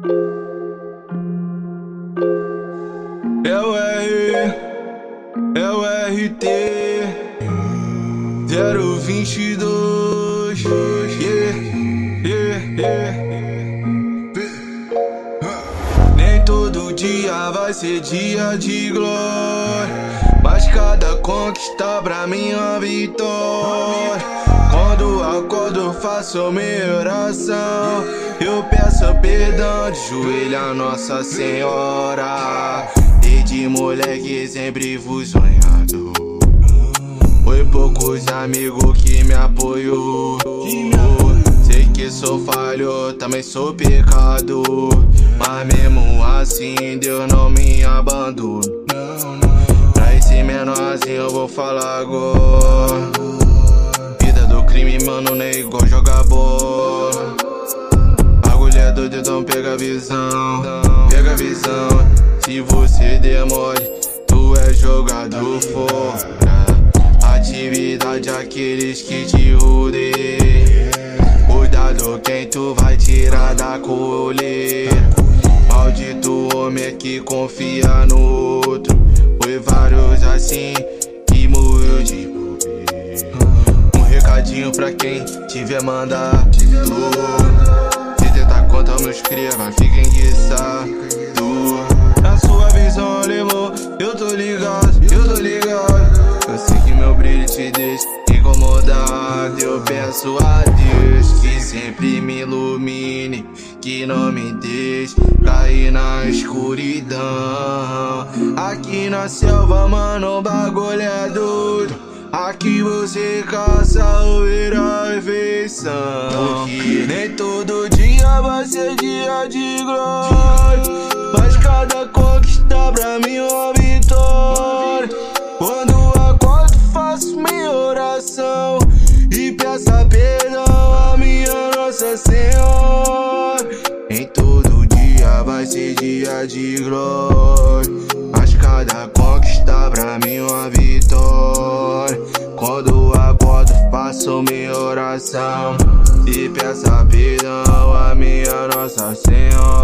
É o RT 022. Nem todo dia vai ser dia de glória, mas cada conquista pra mim é uma vitória. Quando acordo faço minha oração, eu peço perdão de joelho a Nossa Senhora. Desde moleque sempre fui sonhador, foi poucos amigos que me apoiou. Sei que sou falho, também sou pecador, mas mesmo assim Deus não me abandona. Pra esse menorzinho eu vou falar agora. Vida do crime, mano, não é igual jogar bola. Bagulho é doido, então pega a visão, pega a visão. Se você der mole, tu é jogador fora. Atividade aqueles que te rodeiam, cuidado quem tu vai tirar da coleira. Maldito homem que confia no outro, foi vários assim que morreu de bobeira. Um recadinho pra quem tiver mandado, se tentar contar meus cria, vai ficar enguiçado. Na sua visão, alemão, eu tô ligado, eu tô ligado. Eu sei que meu brilho te deixa incomodado. Eu peço a Deus que sempre me ilumine, que não me deixe cair na escuridão. Aqui na selva, mano, o bagulho é doido. Aqui você caça ou vira refeição. Porque nem todo dia vai ser dia de glória, mas cada conquista pra mim é uma vitória. Quando acordo faço minha oração e peço perdão a minha Nossa Senhora. Nem todo dia vai ser dia de glória, mas cada conquista pra mim é uma vitória. Quando acordo faço minha oração e peço perdão a minha Nossa Senhora.